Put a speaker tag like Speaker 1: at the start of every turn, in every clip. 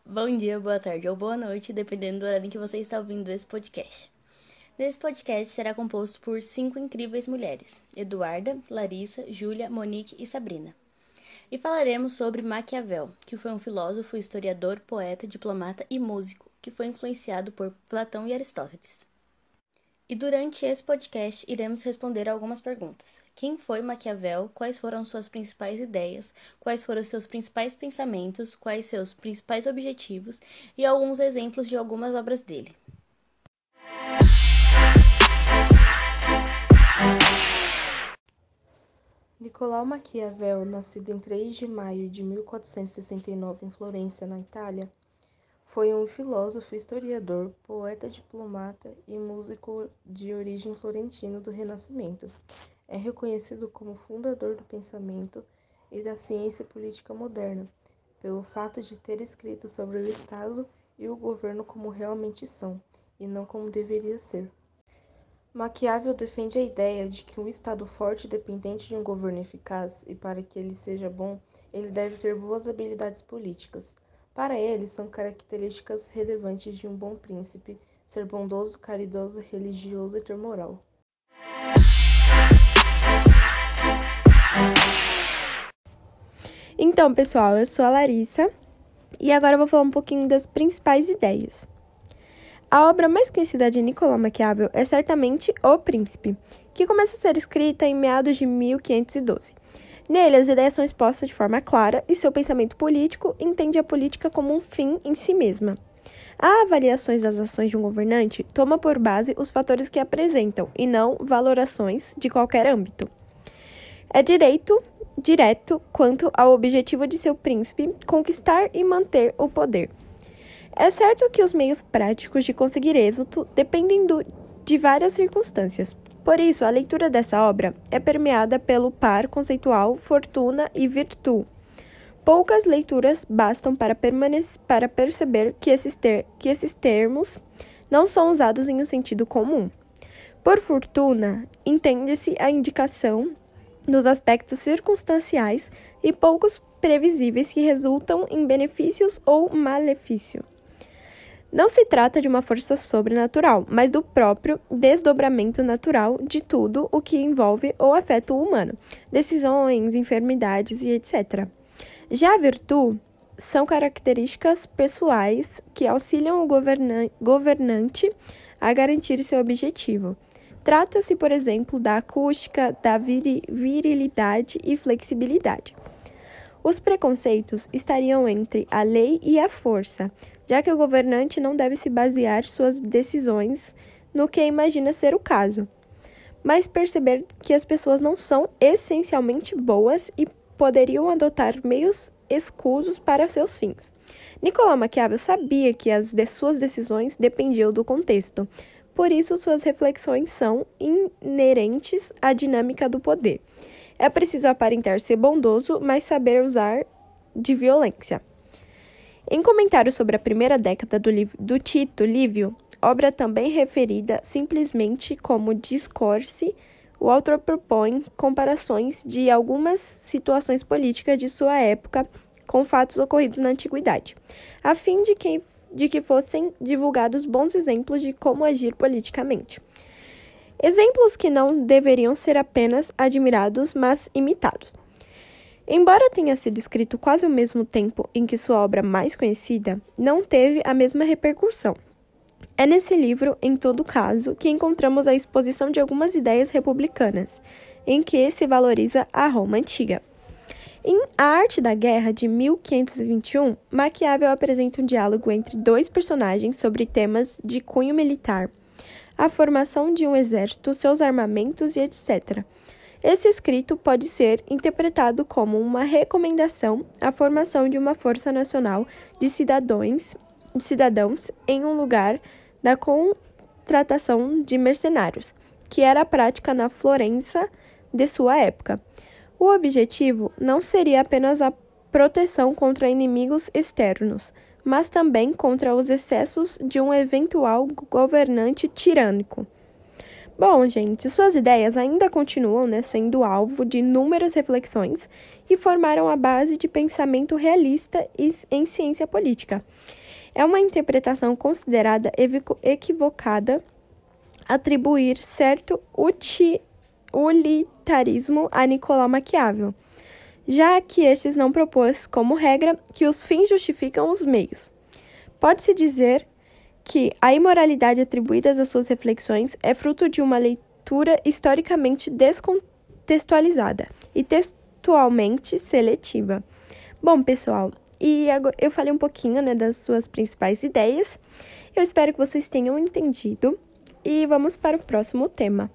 Speaker 1: Bom dia, boa tarde ou boa noite, dependendo do horário em que você está ouvindo esse podcast. Nesse podcast será composto por 5 incríveis mulheres: Eduarda, Larissa, Júlia, Monique e Sabrina. E falaremos sobre Maquiavel, que foi um filósofo, historiador, poeta, diplomata e músico, que foi influenciado por Platão e Aristóteles. E durante esse podcast iremos responder algumas perguntas. Quem foi Maquiavel? Quais foram suas principais ideias? Quais foram seus principais pensamentos? Quais seus principais objetivos? E alguns exemplos de algumas obras dele.
Speaker 2: Nicolau Maquiavel, nascido em 3 de maio de 1469 em Florença, na Itália, foi um filósofo, historiador, poeta, diplomata e músico de origem florentina do Renascimento. É reconhecido como fundador do pensamento e da ciência política moderna, pelo fato de ter escrito sobre o Estado e o governo como realmente são, e não como deveria ser. Maquiavel defende a ideia de que um Estado forte dependente de um governo eficaz, e para que ele seja bom, ele deve ter boas habilidades políticas. Para ele, são características relevantes de um bom príncipe: ser bondoso, caridoso, religioso e ter moral.
Speaker 3: Então, pessoal, eu sou a Larissa e agora eu vou falar um pouquinho das principais ideias. A obra mais conhecida de Nicolau Maquiavel é certamente O Príncipe, que começa a ser escrita em meados de 1512. Nele, as ideias são expostas de forma clara e seu pensamento político entende a política como um fim em si mesma. A avaliações das ações de um governante toma por base os fatores que apresentam e não valorações de qualquer âmbito. É direto quanto ao objetivo de seu príncipe conquistar e manter o poder. É certo que os meios práticos de conseguir êxito dependem de várias circunstâncias. Por isso, a leitura dessa obra é permeada pelo par conceitual fortuna e virtude. Poucas leituras bastam para perceber que esses termos não são usados em um sentido comum. Por fortuna, entende-se a indicação dos aspectos circunstanciais e poucos previsíveis que resultam em benefícios ou malefício. Não se trata de uma força sobrenatural, mas do próprio desdobramento natural de tudo o que envolve ou afeta o humano, decisões, enfermidades e etc. Já a virtude são características pessoais que auxiliam o governante a garantir seu objetivo. Trata-se, por exemplo, da acústica, da virilidade e flexibilidade. Os preconceitos estariam entre a lei e a força, já que o governante não deve se basear suas decisões no que imagina ser o caso, mas perceber que as pessoas não são essencialmente boas e poderiam adotar meios escusos para seus fins. Nicolau Maquiavel sabia que as suas decisões dependiam do contexto, por isso suas reflexões são inerentes à dinâmica do poder. É preciso aparentar ser bondoso, mas saber usar de violência. Em comentário sobre a primeira década do Tito Livio, obra também referida simplesmente como Discorsi, o autor propõe comparações de algumas situações políticas de sua época com fatos ocorridos na antiguidade, a fim de que fossem divulgados bons exemplos de como agir politicamente. Exemplos que não deveriam ser apenas admirados, mas imitados. Embora tenha sido escrito quase ao mesmo tempo em que sua obra mais conhecida, não teve a mesma repercussão. É nesse livro, em todo caso, que encontramos a exposição de algumas ideias republicanas, em que se valoriza a Roma antiga. Em A Arte da Guerra, de 1521, Maquiavel apresenta um diálogo entre dois personagens sobre temas de cunho militar, a formação de um exército, seus armamentos e etc. Esse escrito pode ser interpretado como uma recomendação à formação de uma força nacional de cidadãos em um lugar da contratação de mercenários, que era a prática na Florença de sua época. O objetivo não seria apenas a proteção contra inimigos externos, mas também contra os excessos de um eventual governante tirânico. Bom, gente, suas ideias ainda continuam, sendo alvo de inúmeras reflexões e formaram a base de pensamento realista em ciência política. É uma interpretação considerada equivocada atribuir certo utilitarismo a Nicolau Maquiavel, já que estes não propôs, como regra, que os fins justificam os meios. Pode-se dizer que a imoralidade atribuída às suas reflexões é fruto de uma leitura historicamente descontextualizada e textualmente seletiva. Bom, pessoal, e agora eu falei um pouquinho, das suas principais ideias. Eu espero que vocês tenham entendido e vamos para o próximo tema.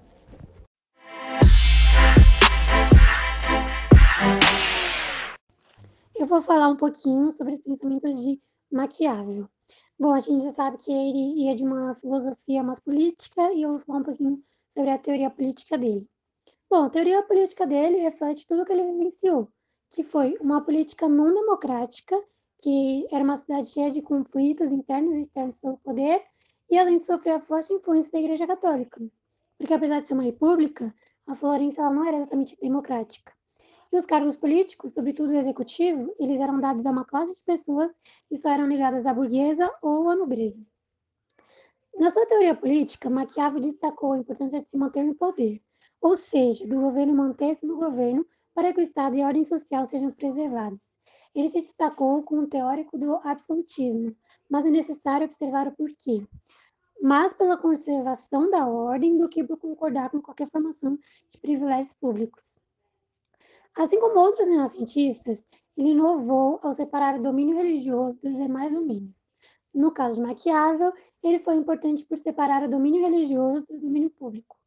Speaker 4: Eu vou falar um pouquinho sobre os pensamentos de Maquiavel. Bom, a gente já sabe que ele ia de uma filosofia mais política e eu vou falar um pouquinho sobre a teoria política dele. Bom, a teoria política dele reflete tudo o que ele vivenciou, que foi uma política não democrática, que era uma cidade cheia de conflitos internos e externos pelo poder, e além de sofrer a forte influência da Igreja Católica. Porque apesar de ser uma república, a Florença ela não era exatamente democrática. E os cargos políticos, sobretudo o executivo, eles eram dados a uma classe de pessoas que só eram ligadas à burguesa ou à nobreza. Na sua teoria política, Maquiavel destacou a importância de se manter no poder, ou seja, do governo manter-se no governo para que o Estado e a ordem social sejam preservados. Ele se destacou como um teórico do absolutismo, mas é necessário observar o porquê. Mais pela conservação da ordem do que por concordar com qualquer formação de privilégios públicos. Assim como outros renascentistas, ele inovou ao separar o domínio religioso dos demais domínios. No caso de Maquiavel, ele foi importante por separar o domínio religioso do domínio público.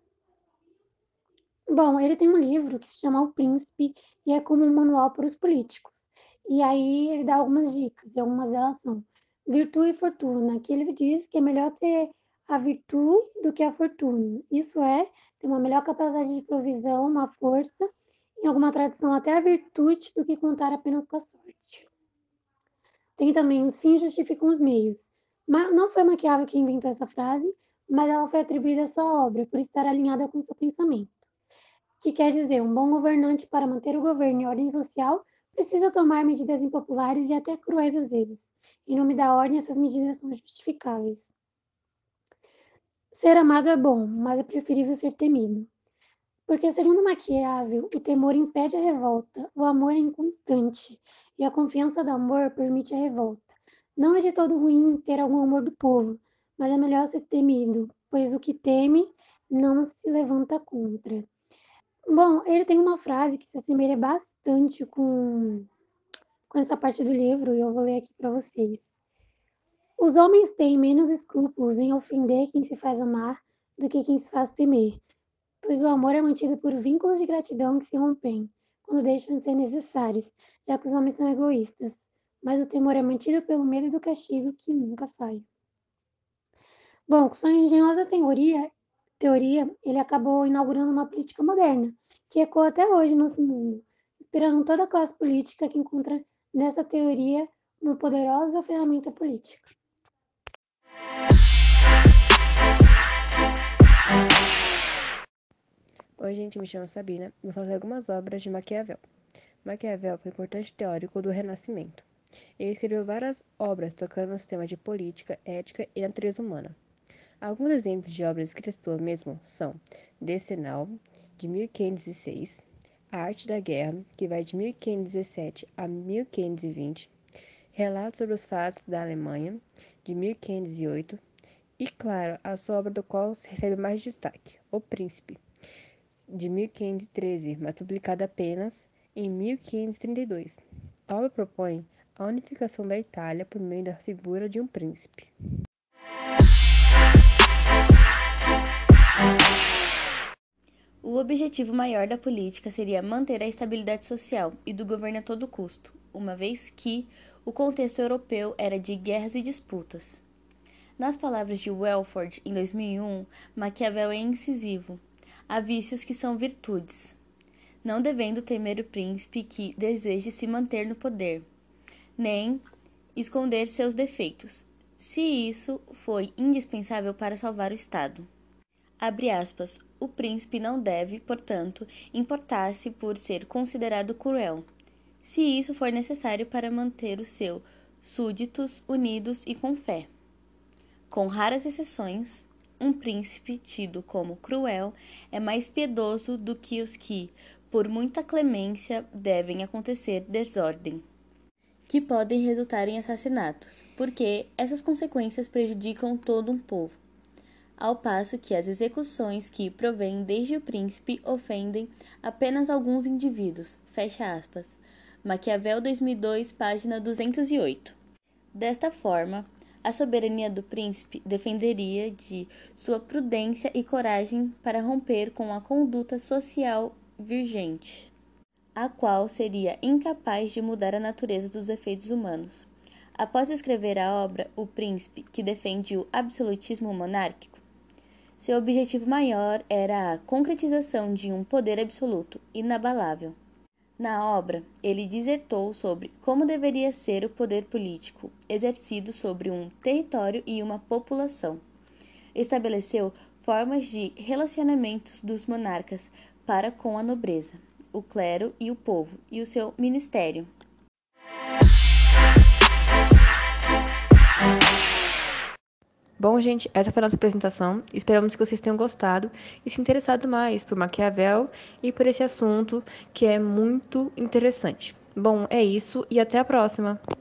Speaker 4: Bom, ele tem um livro que se chama O Príncipe e é como um manual para os políticos. E aí ele dá algumas dicas, e algumas delas são virtude e fortuna, que ele diz que é melhor ter a virtude do que a fortuna. Isso é, ter uma melhor capacidade de provisão, uma força, em alguma tradição até a virtude do que contar apenas com a sorte. Tem também os fins justificam os meios. Mas não foi Maquiavel que inventou essa frase, mas ela foi atribuída à sua obra por estar alinhada com seu pensamento. Que quer dizer, um bom governante para manter o governo e a ordem social precisa tomar medidas impopulares e até cruéis às vezes. Em nome da ordem, essas medidas são justificáveis. Ser amado é bom, mas é preferível ser temido. Porque, segundo Maquiavel, o temor impede a revolta, o amor é inconstante, e a confiança do amor permite a revolta. Não é de todo ruim ter algum amor do povo, mas é melhor ser temido, pois o que teme não se levanta contra. Bom, ele tem uma frase que se assemelha bastante com essa parte do livro, e eu vou ler aqui para vocês. Os homens têm menos escrúpulos em ofender quem se faz amar do que quem se faz temer, pois o amor é mantido por vínculos de gratidão que se rompem, quando deixam de ser necessários, já que os homens são egoístas, mas o temor é mantido pelo medo do castigo que nunca sai. Bom, com sua engenhosa teoria, ele acabou inaugurando uma política moderna, que ecoa até hoje no nosso mundo, inspirando toda a classe política que encontra nessa teoria uma poderosa ferramenta política.
Speaker 2: Oi, gente, me chamo Sabrina e vou fazer algumas obras de Maquiavel. Maquiavel foi um importante teórico do Renascimento. Ele escreveu várias obras tocando nos temas de política, ética e natureza humana. Alguns exemplos de obras escritas pelo mesmo são Decenal, de 1506, A Arte da Guerra, que vai de 1517 a 1520, Relatos sobre os Fatos da Alemanha, de 1508, e, claro, a sua obra do qual se recebe mais destaque, O Príncipe, de 1513, mas publicada apenas em 1532. A obra propõe a unificação da Itália por meio da figura de um príncipe.
Speaker 1: O objetivo maior da política seria manter a estabilidade social e do governo a todo custo, uma vez que o contexto europeu era de guerras e disputas. Nas palavras de Welford, em 2001, Maquiavel é incisivo. Há vícios que são virtudes, não devendo temer o príncipe que deseje se manter no poder, nem esconder seus defeitos, se isso foi indispensável para salvar o Estado. Abre aspas, o príncipe não deve, portanto, importar-se por ser considerado cruel, se isso for necessário para manter o seu súditos unidos e com fé. Com raras exceções, um príncipe tido como cruel é mais piedoso do que os que, por muita clemência, devem acontecer desordem, que podem resultar em assassinatos, porque essas consequências prejudicam todo um povo, ao passo que as execuções que provêm desde o príncipe ofendem apenas alguns indivíduos. Fecha aspas. Maquiavel 2002, página 208. Desta forma, a soberania do príncipe dependeria de sua prudência e coragem para romper com a conduta social vigente, a qual seria incapaz de mudar a natureza dos efeitos humanos. Após escrever a obra O Príncipe, que defende o absolutismo monárquico, seu objetivo maior era a concretização de um poder absoluto, inabalável. Na obra, ele dissertou sobre como deveria ser o poder político exercido sobre um território e uma população. Estabeleceu formas de relacionamentos dos monarcas para com a nobreza, o clero e o povo, e o seu ministério.
Speaker 2: Bom, gente, essa foi a nossa apresentação. Esperamos que vocês tenham gostado e se interessado mais por Maquiavel e por esse assunto que é muito interessante. Bom, é isso e até a próxima!